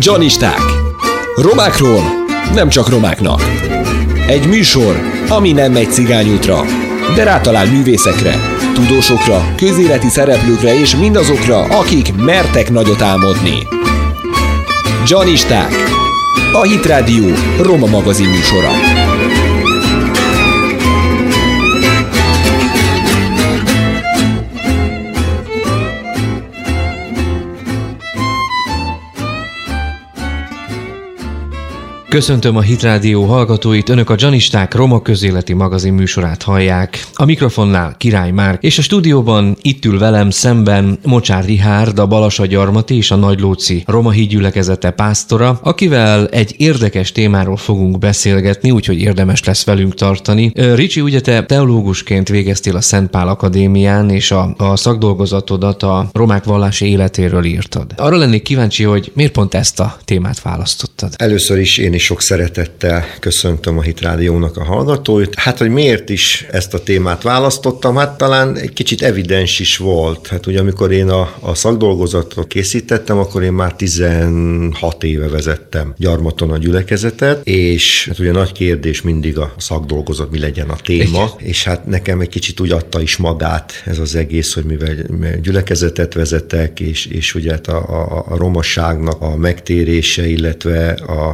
Dzsanisták. Romákról nem csak romáknak. Egy műsor, ami nem megy cigányútra, de rátalál művészekre, tudósokra, közéleti szereplőkre és mindazokra, akik mertek nagyot álmodni. Dzsanisták. A Hit Rádió roma magazin műsora. Köszöntöm a Hit Rádió hallgatóit, önök a Dzsanisták roma közéleti magazin műsorát hallják. A mikrofonnál Király Márk, és a stúdióban itt ül velem szemben Mocsár Richárd, a Balassagyarmati és a Nagylóci roma hídgyülekezete pásztora, akivel egy érdekes témáról fogunk beszélgetni, úgyhogy érdemes lesz velünk tartani. Ricsi, ugye te teológusként végeztél a Szent Pál Akadémián, és a szakdolgozatodat a romák vallási életéről írtad. Arra lennék kíváncsi, hogy miért pont ezt a témát választottad? Először is én is sok szeretettel köszöntöm a Hit Rádiónak a hallgatóit. Hát, hogy miért is ezt a témát választottam? Hát talán egy kicsit evidens is volt. Hát ugye amikor én a szakdolgozatot készítettem, akkor én már 16 éve vezettem Gyarmaton a gyülekezetet, és hát ugye nagy kérdés mindig a szakdolgozat, mi legyen a téma, és hát nekem egy kicsit úgy adta is magát ez az egész, hogy mivel gyülekezetet vezetek, és ugye a romaságnak a megtérése, illetve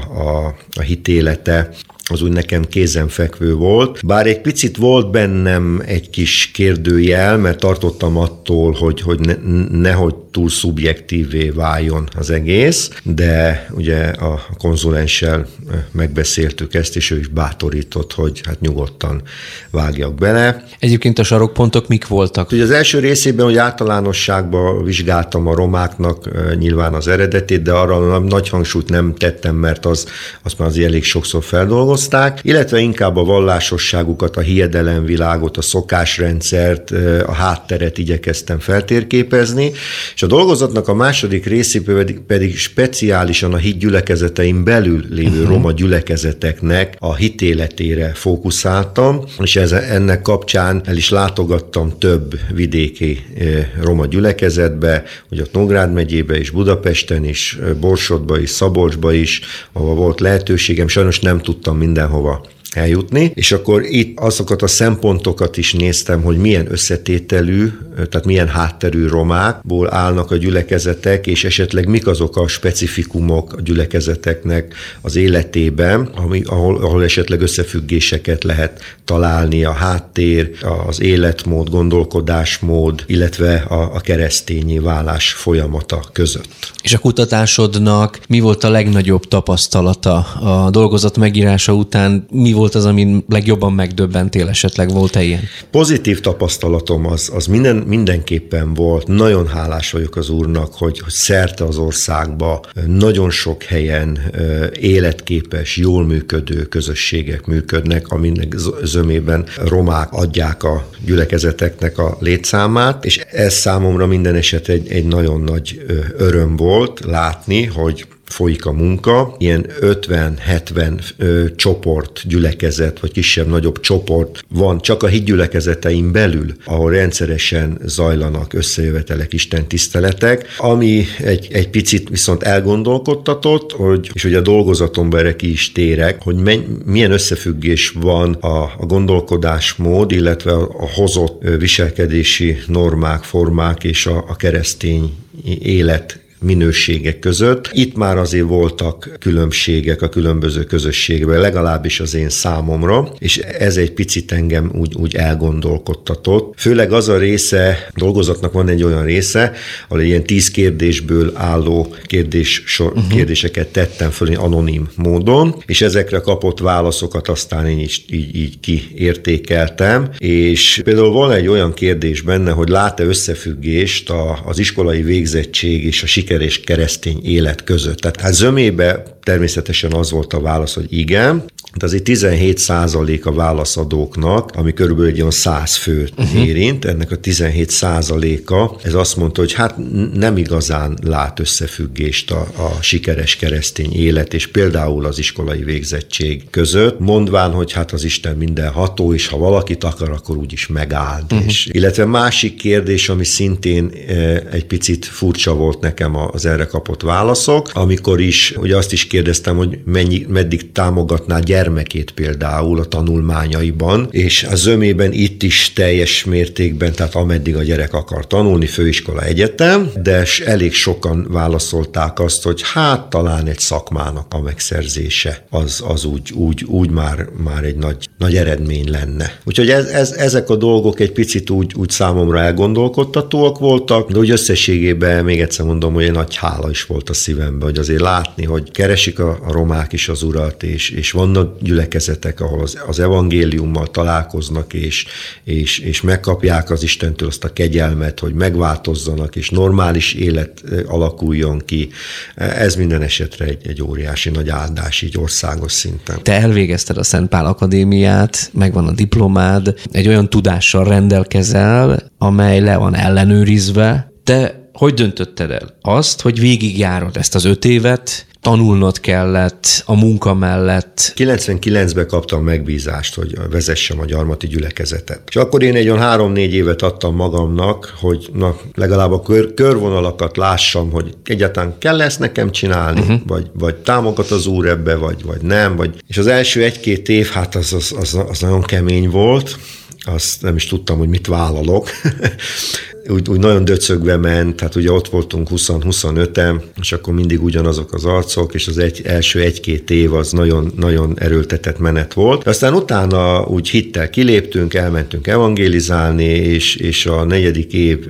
a hitélete, az úgy nekem kézenfekvő volt. Bár egy picit volt bennem egy kis kérdőjel, mert tartottam attól, hogy nehogy túl szubjektívvé váljon az egész, de ugye a konzulenssel megbeszéltük ezt, és ő is bátorított, hogy hát nyugodtan vágjak bele. Egyébként a sarokpontok mik voltak? Ugye az első részében, hogy általánosságban vizsgáltam a romáknak nyilván az eredetét, de arra nagy hangsúlyt nem tettem, mert azt már azért elég sokszor feldolgozták, illetve inkább a vallásosságukat, a hiedelemvilágot, a szokásrendszert, a hátteret igyekeztem feltérképezni, és a dolgozatnak a második részében pedig speciálisan a hitgyülekezetein belül lévő roma gyülekezeteknek a hitéletére fókuszáltam, és ennek kapcsán el is látogattam több vidéki roma gyülekezetbe, hogy ott Nógrád megyébe is, Budapesten is, Borsodba is, Szabolcsba is, ahol volt lehetőségem, sajnos nem tudtam mindenhova eljutni, és akkor itt azokat a szempontokat is néztem, hogy milyen összetételű, tehát milyen hátterű romákból állnak a gyülekezetek, és esetleg mik azok a specifikumok a gyülekezeteknek az életében, ahol esetleg összefüggéseket lehet találni, a háttér, az életmód, gondolkodásmód, illetve a keresztényi válás folyamata között. És a kutatásodnak mi volt a legnagyobb tapasztalata a dolgozat megírása után? Mi volt az, amin legjobban megdöbbentél, esetleg volt-e ilyen? Pozitív tapasztalatom az mindenképpen volt. Nagyon hálás vagyok az Úrnak, hogy szerte az országba nagyon sok helyen életképes, jól működő közösségek működnek, aminek zömében romák adják a gyülekezeteknek a létszámát, és ez számomra minden eset egy nagyon nagy öröm volt látni, hogy folyik a munka, ilyen 50-70 csoport, gyülekezet, vagy kisebb-nagyobb csoport van csak a hitgyülekezetein belül, ahol rendszeresen zajlanak összejövetelek, istentiszteletek, ami egy picit viszont elgondolkodtatott, és hogy a dolgozatomban erre ki is térek, hogy milyen összefüggés van a gondolkodásmód, illetve a hozott viselkedési normák, formák és a keresztény élet minőségek között. Itt már azért voltak különbségek a különböző közösségben, legalábbis az én számomra, és ez egy picit engem úgy elgondolkodtatott. Főleg az a része, dolgozatnak van egy olyan része, ahol ilyen 10 kérdésből álló kérdéseket tettem föl anonim módon, és ezekre kapott válaszokat aztán én is így kiértékeltem, és például van egy olyan kérdés benne, hogy lát-e összefüggést az iskolai végzettség és a sikeres keresztény élet között. Tehát zömébe természetesen az volt a válasz, hogy igen, de azért 17% a válaszadóknak, ami körülbelül egy olyan 100 főt érint, ennek a 17%-a, ez azt mondta, hogy hát nem igazán lát összefüggést a sikeres keresztény élet, és például az iskolai végzettség között, mondván, hogy hát az Isten mindenható, és ha valakit akar, akkor úgyis megáld. Illetve másik kérdés, ami szintén egy picit furcsa volt nekem az erre kapott válaszok. Amikor is, ugye azt is kérdeztem, hogy meddig támogatná gyermekét például a tanulmányaiban, és a zömében itt is teljes mértékben, tehát ameddig a gyerek akar tanulni, főiskola, egyetem, de elég sokan válaszolták azt, hogy hát talán egy szakmának a megszerzése az úgy már egy nagy eredmény lenne. Úgyhogy ezek a dolgok egy picit úgy számomra elgondolkodtatóak voltak, de úgy összességében még egyszer mondom, hogy egy nagy hála is volt a szívemben, hogy azért látni, hogy keresik a romák is az Urat, és vannak gyülekezetek, ahol az evangéliummal találkoznak, és megkapják az Istentől azt a kegyelmet, hogy megváltozzanak, és normális élet alakuljon ki. Ez minden esetre egy óriási nagy áldás így országos szinten. Te elvégezted a Szent Pál Akadémiát, megvan a diplomád, egy olyan tudással rendelkezel, amely le van ellenőrizve. Te hogy döntötted el azt, hogy végigjárod ezt az 5 évet, tanulnod kellett a munka mellett? 99-ben kaptam megbízást, hogy vezessem a gyarmati gyülekezetet. És akkor én egy olyan 3-4 évet adtam magamnak, hogy legalább a körvonalakat lássam, hogy egyáltalán kell ezt nekem csinálni, vagy támogat az Úr ebbe, vagy nem. És az első 1-2 év, hát az nagyon kemény volt. Azt nem is tudtam, hogy mit vállalok. úgy nagyon döcögve ment, tehát ugye ott voltunk 20-25-en, és akkor mindig ugyanazok az arcok, és az első 1-2 év az nagyon, nagyon erőltetett menet volt. Aztán utána úgy hittel kiléptünk, elmentünk evangélizálni, és a 4.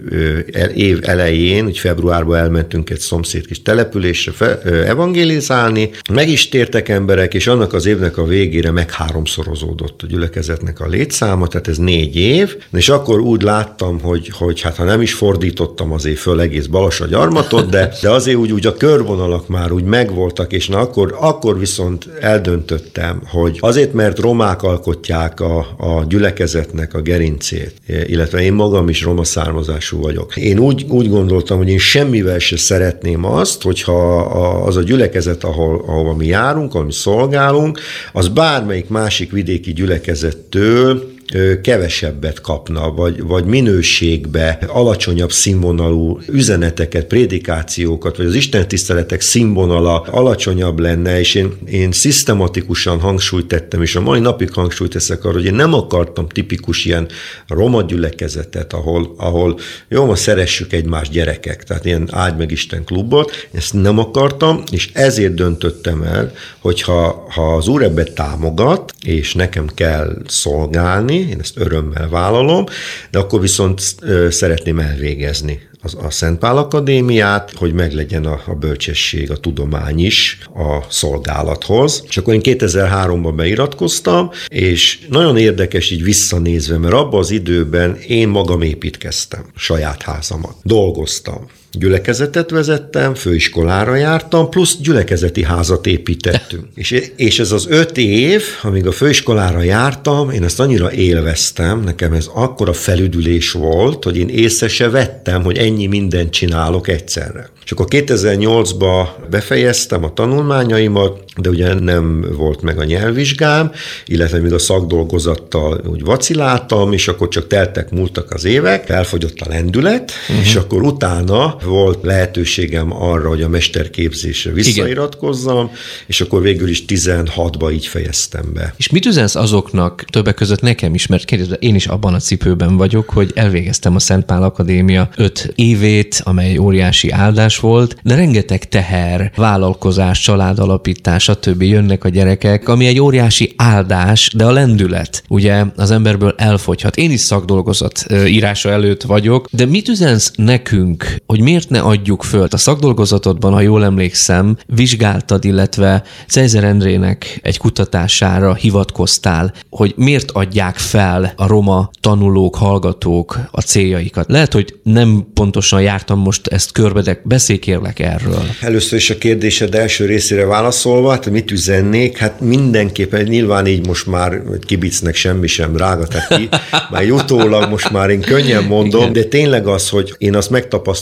év elején, úgy februárban elmentünk egy szomszéd kis településre evangélizálni. Meg is tértek emberek, és annak az évnek a végére meg 3-szorozódott a gyülekezetnek a létszáma, tehát ez 4 év, és akkor úgy láttam, hogy hát ha nem is fordítottam azért föl egész Balassagyarmatot, de azért úgy a körvonalak már úgy megvoltak, és akkor viszont eldöntöttem, hogy azért, mert romák alkotják a gyülekezetnek a gerincét, illetve én magam is roma származású vagyok. Én úgy gondoltam, hogy én semmivel se szeretném azt, hogyha az a gyülekezet, ahol mi járunk, ahol mi szolgálunk, az bármelyik másik vidéki gyülekezettől kevesebbet kapna, vagy minőségbe, alacsonyabb színvonalú üzeneteket, prédikációkat, vagy az istentiszteletek színvonala alacsonyabb lenne, és én szisztematikusan hangsúlyt tettem, és a mai napig hangsúlyt teszek arra, hogy én nem akartam tipikus ilyen roma gyülekezetet, ahol jó, ma szeressük egymást gyerekek, tehát ilyen áld meg Isten klubot, ezt nem akartam, és ezért döntöttem el, hogy ha az Úr ebbe támogat, és nekem kell szolgálni, én ezt örömmel vállalom, de akkor viszont szeretném elvégezni a Szent Pál Akadémiát, hogy meglegyen a bölcsesség, a tudomány is a szolgálathoz. És akkor én 2003-ban beiratkoztam, és nagyon érdekes így visszanézve, mert abban az időben én magam építkeztem saját házamat. Dolgoztam. Gyülekezetet vezettem, főiskolára jártam, plusz gyülekezeti házat építettünk. És ez az 5 év, amíg a főiskolára jártam, én ezt annyira élveztem, nekem ez akkora felüdülés volt, hogy én észre se vettem, hogy ennyi mindent csinálok egyszerre. És akkor 2008-ban befejeztem a tanulmányaimat, de ugye nem volt meg a nyelvvizsgám, illetve még a szakdolgozattal úgy vaciláltam, és akkor csak múltak az évek, elfogyott a lendület, és akkor utána volt lehetőségem arra, hogy a mesterképzésre visszairatkozzam, és akkor végül is 16-ba így fejeztem be. És mit üzensz azoknak, többek között nekem is, mert kérdezve, én is abban a cipőben vagyok, hogy elvégeztem a Szent Pál Akadémia 5 évét, amely óriási áldás volt, de rengeteg teher, vállalkozás, családalapítás, stb. Jönnek a gyerekek, ami egy óriási áldás, de a lendület ugye az emberből elfogyhat. Én is szakdolgozat írása előtt vagyok, de mit üzensz nekünk, hogy miért ne adjuk föl? A szakdolgozatodban, ha jól emlékszem, vizsgáltad, illetve Cejzer Endrének egy kutatására hivatkoztál, hogy miért adják fel a roma tanulók, hallgatók a céljaikat. Lehet, hogy nem pontosan jártam most ezt körbe, de beszélj kérlek erről. Először is a kérdésed első részére válaszolva, hát mit üzennék? Hát mindenképpen, nyilván így most már kibicnek semmi sem rágatak ki, már utólag most már én könnyen mondom, igen. De tényleg az, hogy én azt megtapasztaltam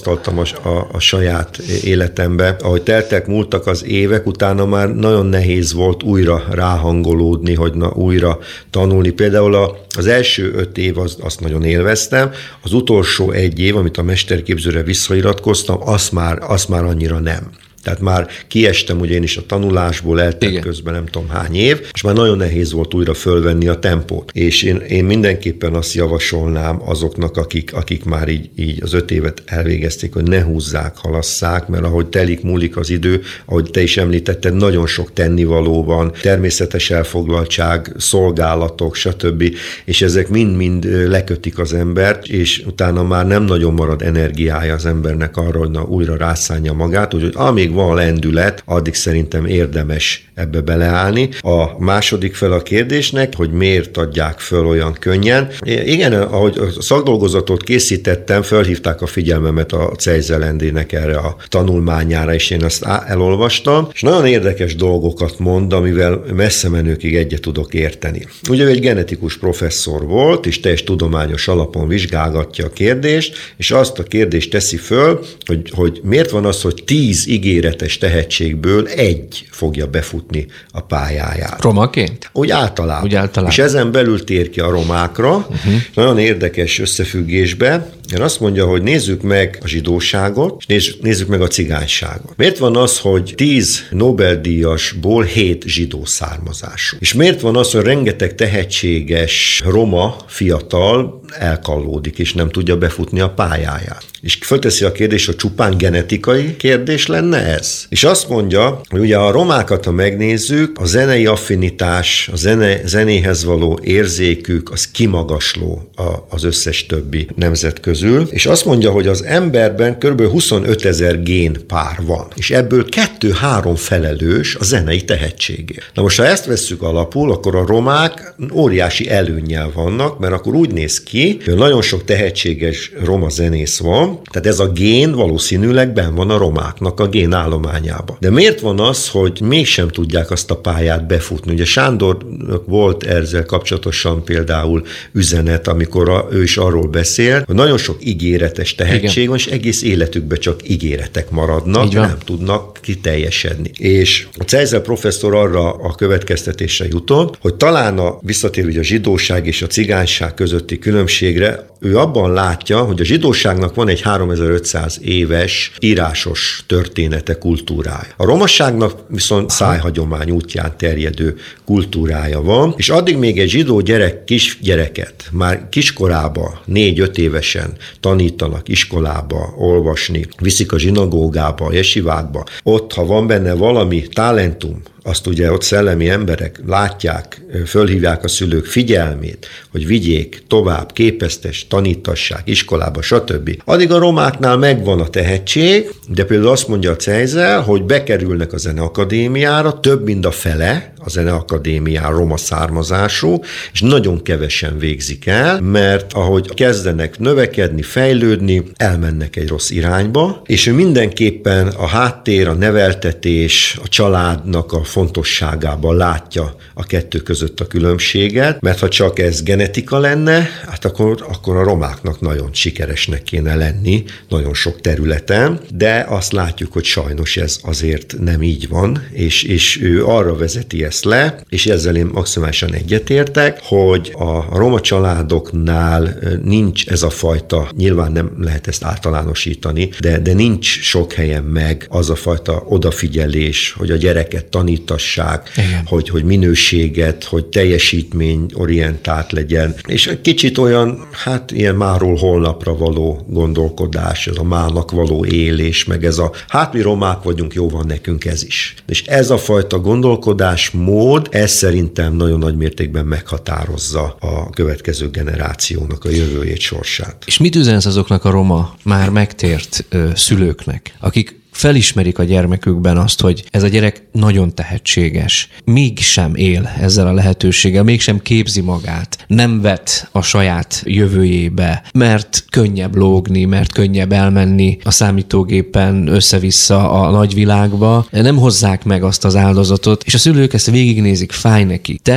a saját életembe. Ahogy múltak az évek, utána már nagyon nehéz volt újra ráhangolódni, hogy újra tanulni. Például az első 5 év azt nagyon élveztem, az utolsó 1 év, amit a mesterképzőre visszairatkoztam, azt már annyira nem. Tehát már kiestem ugye én is a tanulásból, eltelt közben nem tudom hány év, és már nagyon nehéz volt újra fölvenni a tempót. És én mindenképpen azt javasolnám azoknak, akik már így az 5 évet elvégezték, hogy ne húzzák, halasszák, mert ahogy múlik az idő, ahogy te is említetted, nagyon sok tennivaló van, természetes elfoglaltság, szolgálatok, stb. És ezek mind-mind lekötik az embert, és utána már nem nagyon marad energiája az embernek arra, hogy újra rászánja magát, úgyhogy amíg van lendület, addig szerintem érdemes ebbe beleállni. A második fel a kérdésnek, hogy miért adják föl olyan könnyen. Igen, ahogy a szakdolgozatot készítettem, felhívták a figyelmemet a Cejzel Endrének erre a tanulmányára, és én azt elolvastam, és nagyon érdekes dolgokat mond, amivel messze menőkig egyet tudok érteni. Ugye ő egy genetikus professzor volt, és teljes tudományos alapon vizsgálgatja a kérdést, és azt a kérdést teszi föl, hogy miért van az, hogy 10 ígéretes tehetségből 1 fogja befutni a pályáját. Romaként? Úgy általában. És ezen belül tér ki a romákra. Nagyon érdekes összefüggésbe. Én azt mondja, hogy nézzük meg a zsidóságot, és nézzük meg a cigányságot. Miért van az, hogy 10 Nobel-díjasból 7 zsidó származású? És miért van az, hogy rengeteg tehetséges roma fiatal elkallódik, és nem tudja befutni a pályáját? És fölteszi a kérdést, hogy csupán genetikai kérdés lenne ez? És azt mondja, hogy ugye a romákat, ha megnézzük, a zenei affinitás, a zenéhez való érzékük, az kimagasló az összes többi nemzet közül. És azt mondja, hogy az emberben kb. 25 000 génpár van, és ebből 2-3 felelős a zenei tehetségért. Na most, ha ezt vesszük alapul, akkor a romák óriási előnnyel vannak, mert akkor úgy néz ki, hogy nagyon sok tehetséges roma zenész van, tehát ez a gén valószínűleg benn van a romáknak a génállományában. De miért van az, hogy mégsem tudják azt a pályát befutni? Ugye Sándornak volt ezzel kapcsolatosan például üzenet, amikor ő is arról beszél, hogy nagyon sok ígéretes tehetség van, és egész életükben csak ígéretek maradnak, nem tudnak kiteljesedni. És a Cejzel professzor arra a következtetésre jutott, hogy talán visszatérő a zsidóság és a cigányság közötti különbségre, ő abban látja, hogy a zsidóságnak van egy 3500 éves írásos története, kultúrája. A romaságnak viszont szájhagyomány útján terjedő kultúrája van, és addig még egy zsidó kisgyereket már kiskorába, 4-5 évesen tanítanak iskolába olvasni, viszik a zsinagógába, a jesivákba. Ott, ha van benne valami talentum, azt ugye ott szellemi emberek látják, fölhívják a szülők figyelmét, hogy vigyék tovább, tanítassák iskolába, stb. Addig a romáknál megvan a tehetség, de például azt mondja a Cejzel, hogy bekerülnek a zeneakadémiára, több mint a fele a zeneakadémián roma származású, és nagyon kevesen végzik el, mert ahogy kezdenek növekedni, fejlődni, elmennek egy rossz irányba, és ő mindenképpen a háttér, a neveltetés, a családnak a fontosságában látja a kettő között a különbséget, mert ha csak ez genetika lenne, hát akkor a romáknak nagyon sikeresnek kéne lenni nagyon sok területen, de azt látjuk, hogy sajnos ez azért nem így van, és ő arra vezeti ezt le, és ezzel én maximálisan egyetértek, hogy a roma családoknál nincs ez a fajta, nyilván nem lehet ezt általánosítani, de nincs sok helyen meg az a fajta odafigyelés, hogy a gyereket tanítassák, hogy minőséget, hogy teljesítményorientált legyen, és egy kicsit olyan, hát ilyen máról holnapra való gondolkodás, ez a mának való élés, meg ez a, hát mi romák vagyunk, jó van nekünk ez is. És ez a fajta gondolkodásmód, ez szerintem nagyon nagy mértékben meghatározza a következő generációnak a jövőjét, sorsát. És mit üzensz azoknak a roma már megtért szülőknek, akik felismerik a gyermekükben azt, hogy ez a gyerek nagyon tehetséges, mégsem él ezzel a lehetőséggel, mégsem képzi magát, nem vet a saját jövőjébe, mert könnyebb lógni, mert könnyebb elmenni a számítógépen össze-vissza a nagyvilágba, nem hozzák meg azt az áldozatot, és a szülők ezt végignézik, fáj neki. Te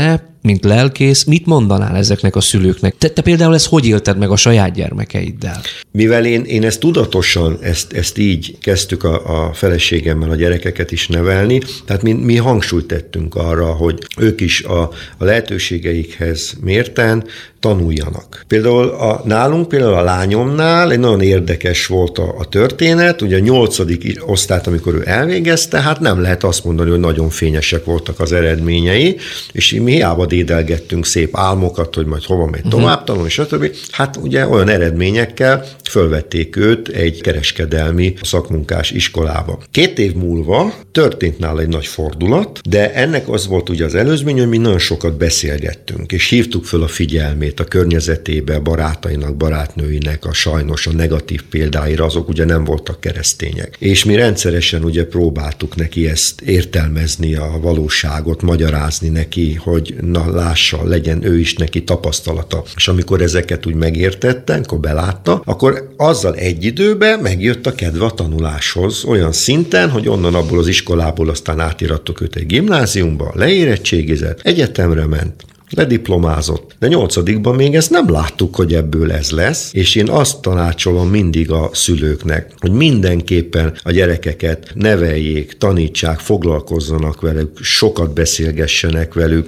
mint lelkész, mit mondanál ezeknek a szülőknek? Te például ezt hogy élted meg a saját gyermekeiddel? Mivel én ezt tudatosan, ezt így kezdtük a feleségemmel a gyerekeket is nevelni, tehát mi hangsúlyt tettünk arra, hogy ők is a lehetőségeikhez mérten tanuljanak. Például nálunk, például a lányomnál egy nagyon érdekes volt a történet, ugye a 8. osztályt, amikor ő elvégezte, hát nem lehet azt mondani, hogy nagyon fényesek voltak az eredményei, és mi hiába dédelgettünk szép álmokat, hogy majd hova megy tovább tanulni, stb. Hát ugye olyan eredményekkel fölvették őt egy kereskedelmi szakmunkás iskolába. 2 év múlva történt nála egy nagy fordulat, de ennek az volt ugye az előzmény, hogy mi nagyon sokat beszélgettünk, és hívtuk föl a figyelmét a környezetébe, barátainak, barátnőinek, sajnos a negatív példáira, azok ugye nem voltak keresztények. És mi rendszeresen ugye próbáltuk neki ezt értelmezni, a valóságot, magyarázni neki, hogy na lássa, legyen ő is neki tapasztalata. És amikor ezeket úgy megértette, amikor belátta, akkor azzal egy időben megjött a kedve a tanuláshoz, olyan szinten, hogy onnan abból az iskolából aztán átirattuk őt egy gimnáziumba, leérettségizett, egyetemre ment, lediplomázott, de 8-ban még ezt nem láttuk, hogy ebből ez lesz, és én azt tanácsolom mindig a szülőknek, hogy mindenképpen a gyerekeket neveljék, tanítsák, foglalkozzanak velük, sokat beszélgessenek velük,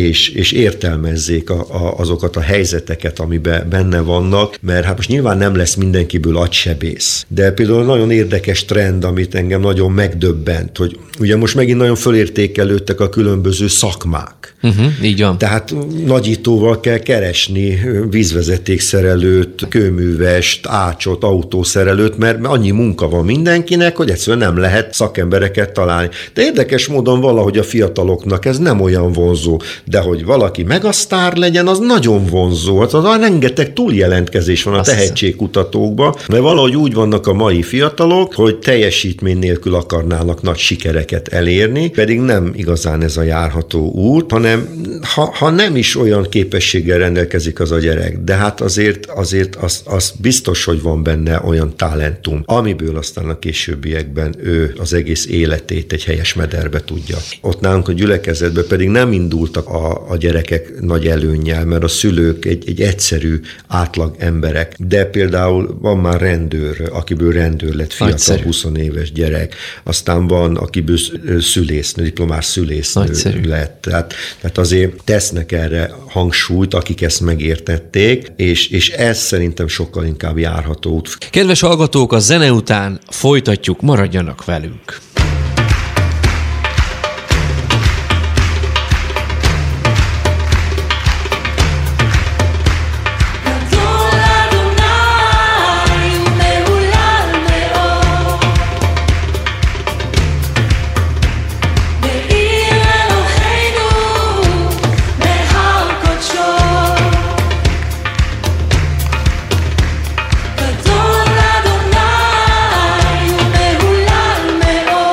és értelmezzék azokat a helyzeteket, amiben benne vannak, mert hát most nyilván nem lesz mindenkiből agysebész. De például nagyon érdekes trend, amit engem nagyon megdöbbent, hogy ugye most megint nagyon fölértékelődtek a különböző szakmák. Így van. Tehát nagyítóval kell keresni vízvezetékszerelőt, kőművest, ácsot, autószerelőt, mert annyi munka van mindenkinek, hogy egyszerűen nem lehet szakembereket találni. De érdekes módon valahogy a fiataloknak ez nem olyan vonzó, de hogy valaki megasztár legyen, az nagyon vonzó. Az rengeteg túljelentkezés van a tehetségkutatókban, mert valahogy úgy vannak a mai fiatalok, hogy teljesítmény nélkül akarnának nagy sikereket elérni, pedig nem igazán ez a járható út, hanem ha nem is olyan képességgel rendelkezik az a gyerek, de hát azért az biztos, hogy van benne olyan talentum, amiből aztán a későbbiekben ő az egész életét egy helyes mederbe tudja. Ott nálunk a gyülekezetben pedig nem indultak a gyerekek nagy előnnyel, mert a szülők egy egyszerű átlag emberek, de például van már rendőr, akiből rendőr lett fiatal, 20 éves gyerek, aztán van, akiből szülésznő, diplomás szülésznő lett. Tehát azért tesznek erre hangsúlyt, akik ezt megértették, és ez szerintem sokkal inkább járható út. Kedves hallgatók, a zene után folytatjuk, maradjanak velünk. Oh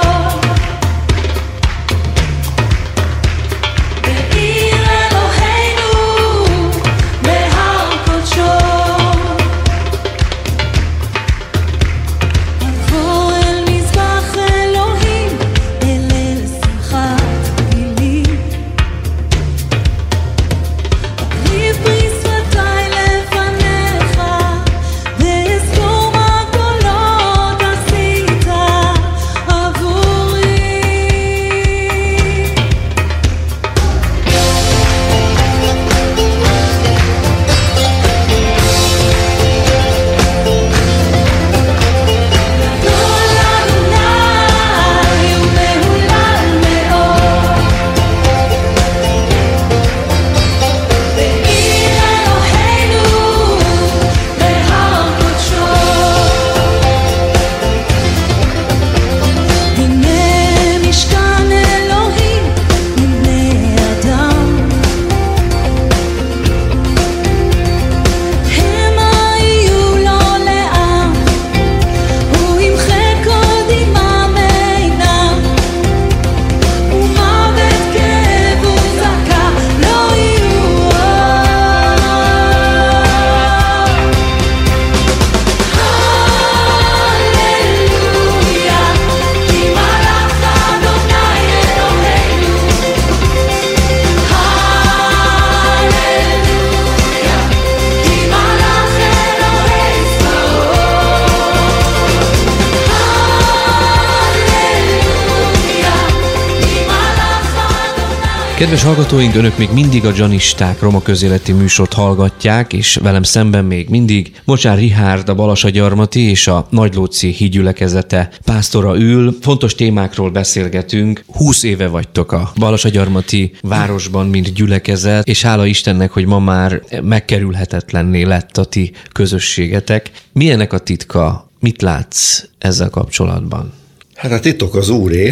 Kedves hallgatóink, önök még mindig a Dzsanisták roma közéleti műsort hallgatják, és velem szemben még mindig Mocsár Richárd, a Balasagyarmati és a Nagylóczi hídgyülekezete pásztora ül. Fontos témákról beszélgetünk. 20 éve vagytok a Balasagyarmati városban, mint gyülekezet, és hála Istennek, hogy ma már megkerülhetetlenné lett a ti közösségetek. Milyenek a titka? Mit látsz ezzel kapcsolatban? Hát a titok az Úré.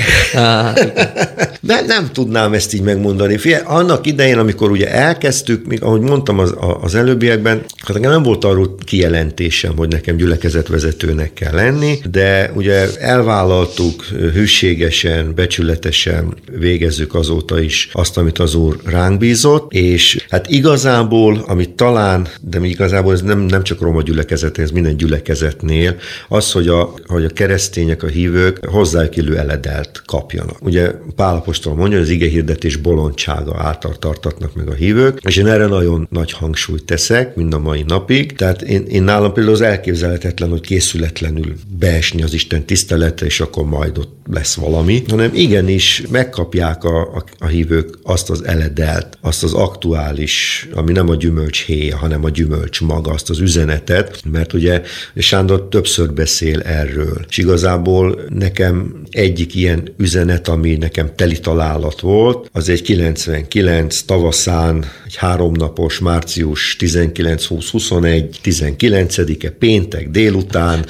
De nem tudnám ezt így megmondani. Figyelj, annak idején, amikor ugye elkezdtük, még ahogy mondtam az előbbiekben, hát nekem nem volt arról kijelentésem, hogy nekem gyülekezetvezetőnek kell lenni, de ugye elvállaltuk hűségesen, becsületesen, végezzük azóta is azt, amit az Úr ránk bízott, és hát igazából, amit talán, de igazából ez nem csak roma gyülekezet, ez minden gyülekezetnél, az, hogy a keresztények, a hívők hozzájuk illő eledelt kapjanak. Ugye Pál apostol mondja, hogy az igehirdetés bolondsága által tartatnak meg a hívők, és én erre nagyon nagy hangsúlyt teszek, mind a mai napig. Tehát én nálam például az elképzelhetetlen, hogy készületlenül beesni az Isten tiszteletre, és akkor majd ott lesz valami, hanem igenis megkapják a hívők azt az eledelt, azt az aktuális, ami nem a gyümölcs héja, hanem a gyümölcs maga, azt az üzenetet, mert ugye Sándor többször beszél erről, és igazából nekem egyik ilyen üzenet, ami nekem teli találat volt, az egy 99 tavaszán, egy 3 napos, március 19-20-21, 19-e péntek délután,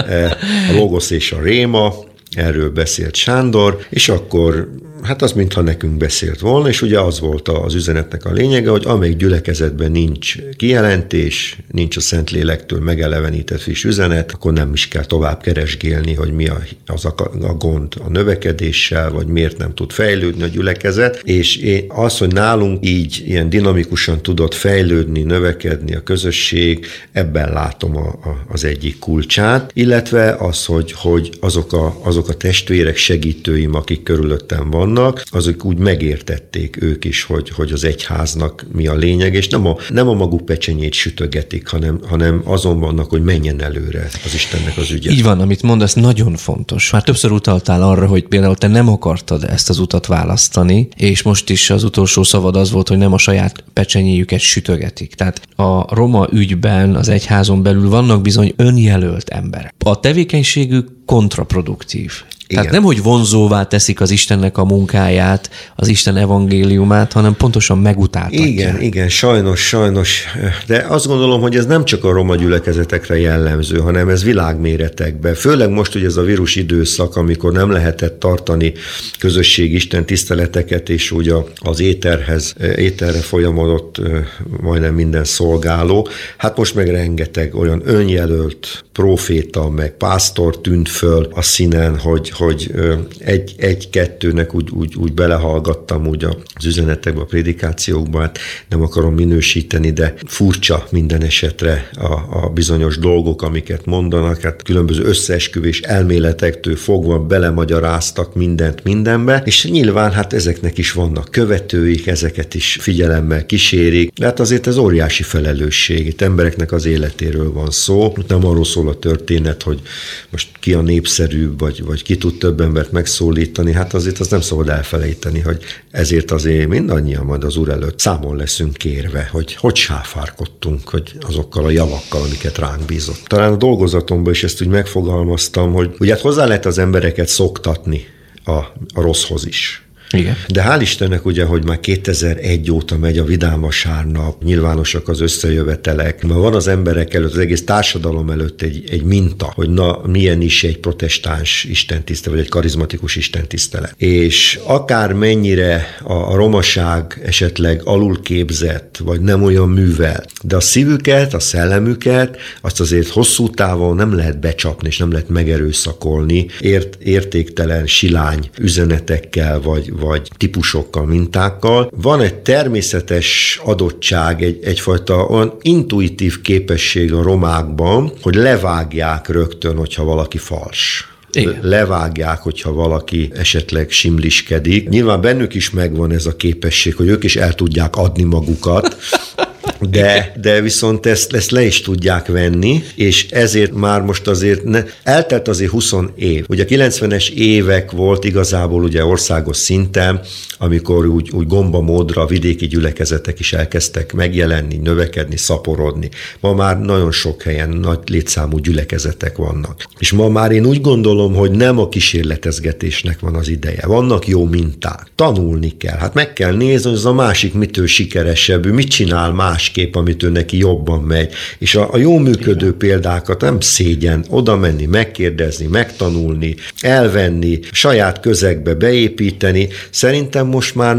a Logos és a Réma, erről beszélt Sándor, és akkor hát az mintha nekünk beszélt volna, és ugye az volt az üzenetnek a lényege, hogy amelyik gyülekezetben nincs kijelentés, nincs a Szentlélektől megelevenített friss üzenet, akkor nem is kell tovább keresgélni, hogy mi a gond a növekedéssel, vagy miért nem tud fejlődni a gyülekezet, és az, hogy nálunk így ilyen dinamikusan tudott fejlődni, növekedni a közösség, ebben látom az egyik kulcsát, illetve az, hogy azok a testvérek, segítőim, akik körülöttem vannak, azok úgy megértették ők is, hogy az egyháznak mi a lényeg, és nem a maguk pecsenyét sütögetik, hanem azon vannak, hogy menjen előre az Istennek az ügye. Így van, amit mondasz, nagyon fontos. Már többször utaltál arra, hogy például te nem akartad ezt az utat választani, és most is az utolsó szavad az volt, hogy nem a saját pecsenyéjüket sütögetik. Tehát a roma ügyben, az egyházon belül vannak bizony önjelölt emberek. A tevékenységük kontraproduktív. Igen. Tehát nem, hogy vonzóvá teszik az Istennek a munkáját, az Isten evangéliumát, hanem pontosan megutáltatják. Igen, sajnos. De azt gondolom, hogy ez nem csak a roma gyülekezetekre jellemző, hanem ez világméretekben. Főleg most, hogy ez a vírus időszak, amikor nem lehetett tartani közösség Isten tiszteleteket, és úgy az éterre folyamodott majdnem minden szolgáló. Hát most meg rengeteg olyan önjelölt próféta, meg pásztor tűnt föl a színen, hogy egy-kettőnek úgy belehallgattam úgy az üzenetekbe, a prédikációkba, hát nem akarom minősíteni, de furcsa minden esetre a bizonyos dolgok, amiket mondanak, hát különböző összeesküvés elméletektől fogva belemagyaráztak mindent mindenbe, és nyilván hát ezeknek is vannak követőik, ezeket is figyelemmel kísérik, de hát azért ez óriási felelősség, itt embereknek az életéről van szó, nem arról szól a történet, hogy most ki a népszerűbb, vagy ki tud több embert megszólítani, hát azért azt nem szabad elfelejteni, hogy ezért azért mindannyian majd az Úr előtt számon leszünk kérve, hogy sáfárkodtunk, hogy azokkal a javakkal, amiket ránk bízott. Talán a dolgozatomban is ezt úgy megfogalmaztam, hogy ugye hát hozzá lehet az embereket szoktatni a rosszhoz is. Igen. De hál' Istennek ugye, hogy már 2001 óta megy a Vidám Vasárnap, nyilvánosak az összejövetelek, már van az emberek előtt, az egész társadalom előtt egy minta, hogy milyen is egy protestáns istentisztelet, vagy egy karizmatikus istentisztelet. És akár mennyire a romaság esetleg alulképzett, vagy nem olyan művel, de a szívüket, a szellemüket, azt azért hosszú távon nem lehet becsapni, és nem lehet megerőszakolni értéktelen, silány üzenetekkel, vagy típusokkal, mintákkal. Van egy természetes adottság, egyfajta olyan intuitív képesség a romákban, hogy levágják rögtön, hogyha valaki fals. Igen. Levágják, hogyha valaki esetleg simliskedik. Nyilván bennük is megvan ez a képesség, hogy ők is el tudják adni magukat, de viszont ezt le is tudják venni, és ezért már most azért eltelt azért 20 év. Ugye a 90-es évek volt igazából ugye országos szinten, amikor úgy gombamódra vidéki gyülekezetek is elkezdtek megjelenni, növekedni, szaporodni. Ma már nagyon sok helyen nagy létszámú gyülekezetek vannak. És ma már én úgy gondolom, hogy nem a kísérletezgetésnek van az ideje. Vannak jó minták. Tanulni kell. Hát meg kell nézni, hogy az a másik mitől sikeresebb, ő mit csinál másképp, amitől neki jobban megy. És a jó működő példákat nem szégyen oda menni, megkérdezni, megtanulni, elvenni, saját közegbe beépíteni. Szerintem most már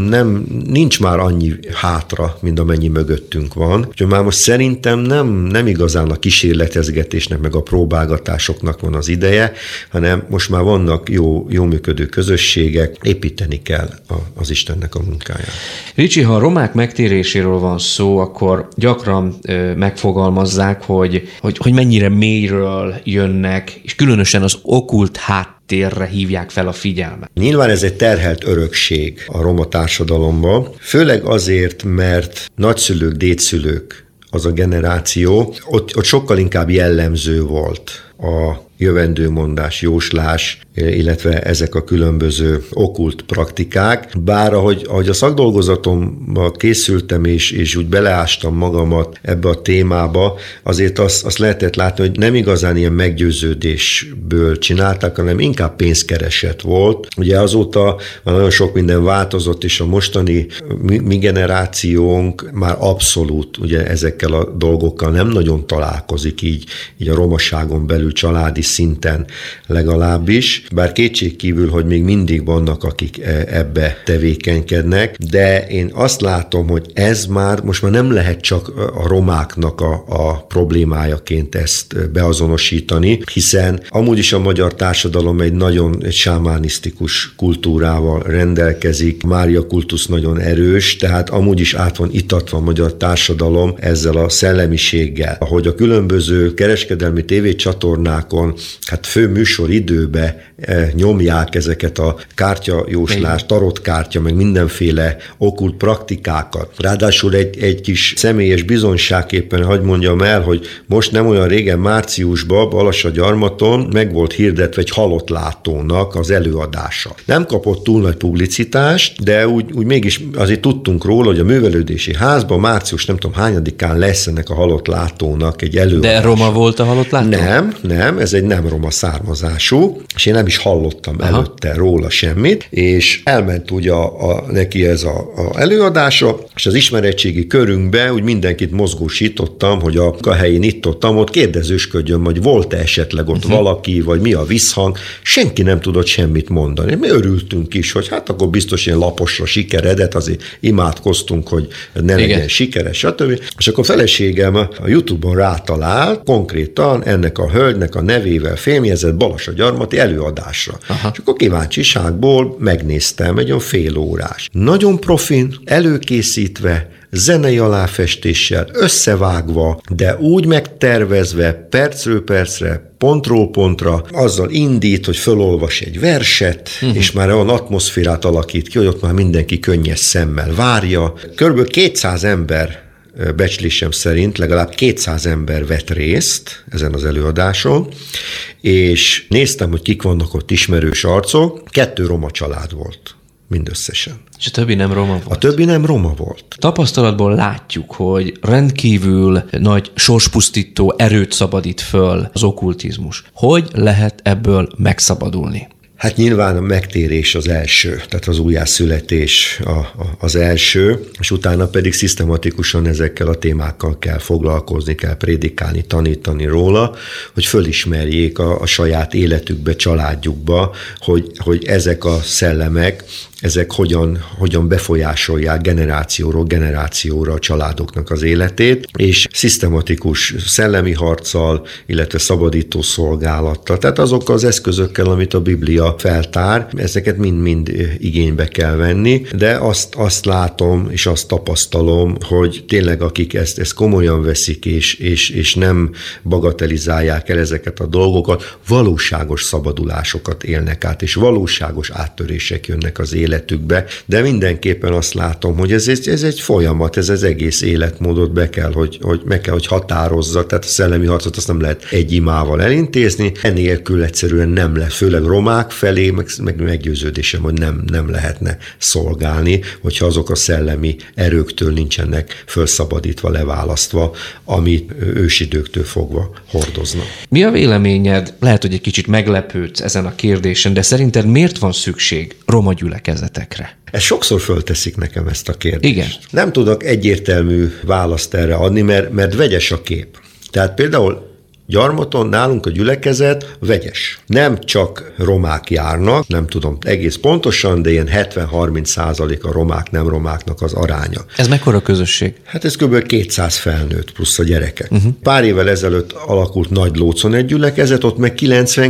nincs már annyi hátra, mint amennyi mögöttünk van. Úgyhogy már most szerintem nem igazán a kísérletezgetésnek, meg a próbálgatásoknak van az ideje, hanem most már vannak jó működő közösségek, építeni kell az Istennek a munkáját. Ricsi, ha a romák megtéréséről van szó, akkor gyakran megfogalmazzák, hogy mennyire mélyről jönnek, és különösen az okkult háttérre hívják fel a figyelmet. Nyilván ez egy terhelt örökség a roma társadalomban, főleg azért, mert nagyszülők, dédszülők, az a generáció, ott sokkal inkább jellemző volt a jövendőmondás, jóslás, illetve ezek a különböző okkult praktikák. Bár ahogy a szakdolgozatommal készültem, és úgy beleástam magamat ebbe a témába, azért azt lehetett látni, hogy nem igazán ilyen meggyőződésből csinálták, hanem inkább pénzkereset volt. Ugye azóta már nagyon sok minden változott, és a mostani mi generációnk már abszolút ugye ezekkel a dolgokkal nem nagyon találkozik így a romaságon belül családi szinten legalábbis, bár kétségkívül, hogy még mindig vannak, akik ebbe tevékenykednek, de én azt látom, hogy ez most már nem lehet csak a romáknak a problémájaként ezt beazonosítani, hiszen amúgy is a magyar társadalom egy nagyon sámánisztikus kultúrával rendelkezik, Mária kultusz nagyon erős, tehát amúgy is át van itatva a magyar társadalom ezzel a szellemiséggel. Ahogy a különböző kereskedelmi tévécsatornákon hát fő műsoridőbe nyomják ezeket a kártyajóslás, tarotkártya, meg mindenféle okkult praktikákat. Ráadásul egy kis személyes bizonyságképpen hadd mondjam el, hogy most nem olyan régen márciusban Balassagyarmaton meg volt hirdetve egy halott látónak az előadása. Nem kapott túl nagy publicitást, de úgy mégis azért tudtunk róla, hogy a művelődési házban március nem tudom hányadikán lesz ennek a halott látónak egy előadása. De roma volt a halott látó? Nem, ez egy nem roma származású, és én nem is hallottam előtte róla semmit, és elment ugye neki ez a előadása, és az ismeretségi körünkbe úgy mindenkit mozgósítottam, hogy a helyén ott kérdezősködjön, hogy volt-e esetleg ott valaki, vagy mi a visszhang, senki nem tudott semmit mondani. Mi örültünk is, hogy hát akkor biztos ilyen laposra sikeredet, azért imádkoztunk, hogy ne legyen sikeres, stb. És akkor a feleségem a YouTube-on rátalált konkrétan ennek a hölgynek a nevével fémjezett Balassagyarmati előadásra. Aha. És akkor kíváncsiságból megnéztem, egy olyan fél órás. Nagyon profin, előkészítve, zenei aláfestéssel, összevágva, de úgy megtervezve, percről percre, pontról pontra, azzal indít, hogy fölolvas egy verset, és már olyan atmoszférát alakít ki, hogy ott már mindenki könnyes szemmel várja. Körülbelül 200 ember, becslésem szerint legalább 200 ember vett részt ezen az előadáson, és néztem, hogy kik vannak ott ismerős arcok, 2 roma család volt mindösszesen. És a többi nem roma volt? A többi nem roma volt. Tapasztalatból látjuk, hogy rendkívül nagy sorspusztító erőt szabadít föl az okkultizmus. Hogy lehet ebből megszabadulni? Hát nyilván a megtérés az első, tehát az újjászületés az első, és utána pedig szisztematikusan ezekkel a témákkal kell foglalkozni, kell prédikálni, tanítani róla, hogy fölismerjék a saját életükbe, családjukba, hogy ezek a szellemek, ezek hogyan befolyásolják generációról generációra a családoknak az életét, és szisztematikus szellemi harccal, illetve szabadító szolgálattal, tehát azokkal az eszközökkel, amit a Biblia média feltár, ezeket mind-mind igénybe kell venni, de azt látom, és azt tapasztalom, hogy tényleg akik ezt komolyan veszik, és nem bagatelizálják el ezeket a dolgokat, valóságos szabadulásokat élnek át, és valóságos áttörések jönnek az életükbe, de mindenképpen azt látom, hogy ez egy folyamat, ez az egész életmódot meg kell, hogy határozza, tehát a szellemi harcot azt nem lehet egy imával elintézni, enélkül egyszerűen nem lehet, főleg romák felé, meg meggyőződésem, hogy nem lehetne szolgálni, hogyha azok a szellemi erőktől nincsenek felszabadítva, leválasztva, amit ősidőktől fogva hordoznak. Mi a véleményed? Lehet, hogy egy kicsit meglepődsz ezen a kérdésen, de szerinted miért van szükség roma gyülekezetekre? Ezt sokszor fölteszik nekem ezt a kérdést. Igen. Nem tudok egyértelmű választ erre adni, mert vegyes a kép. Tehát például Gyarmaton nálunk a gyülekezet vegyes. Nem csak romák járnak, nem tudom egész pontosan, de ilyen 70-30% a romák, nem romáknak az aránya. Ez mekkora közösség? Hát ez kb. 200 felnőtt plusz a gyerekek. Pár évvel ezelőtt alakult Nagylócon egy gyülekezet, ott meg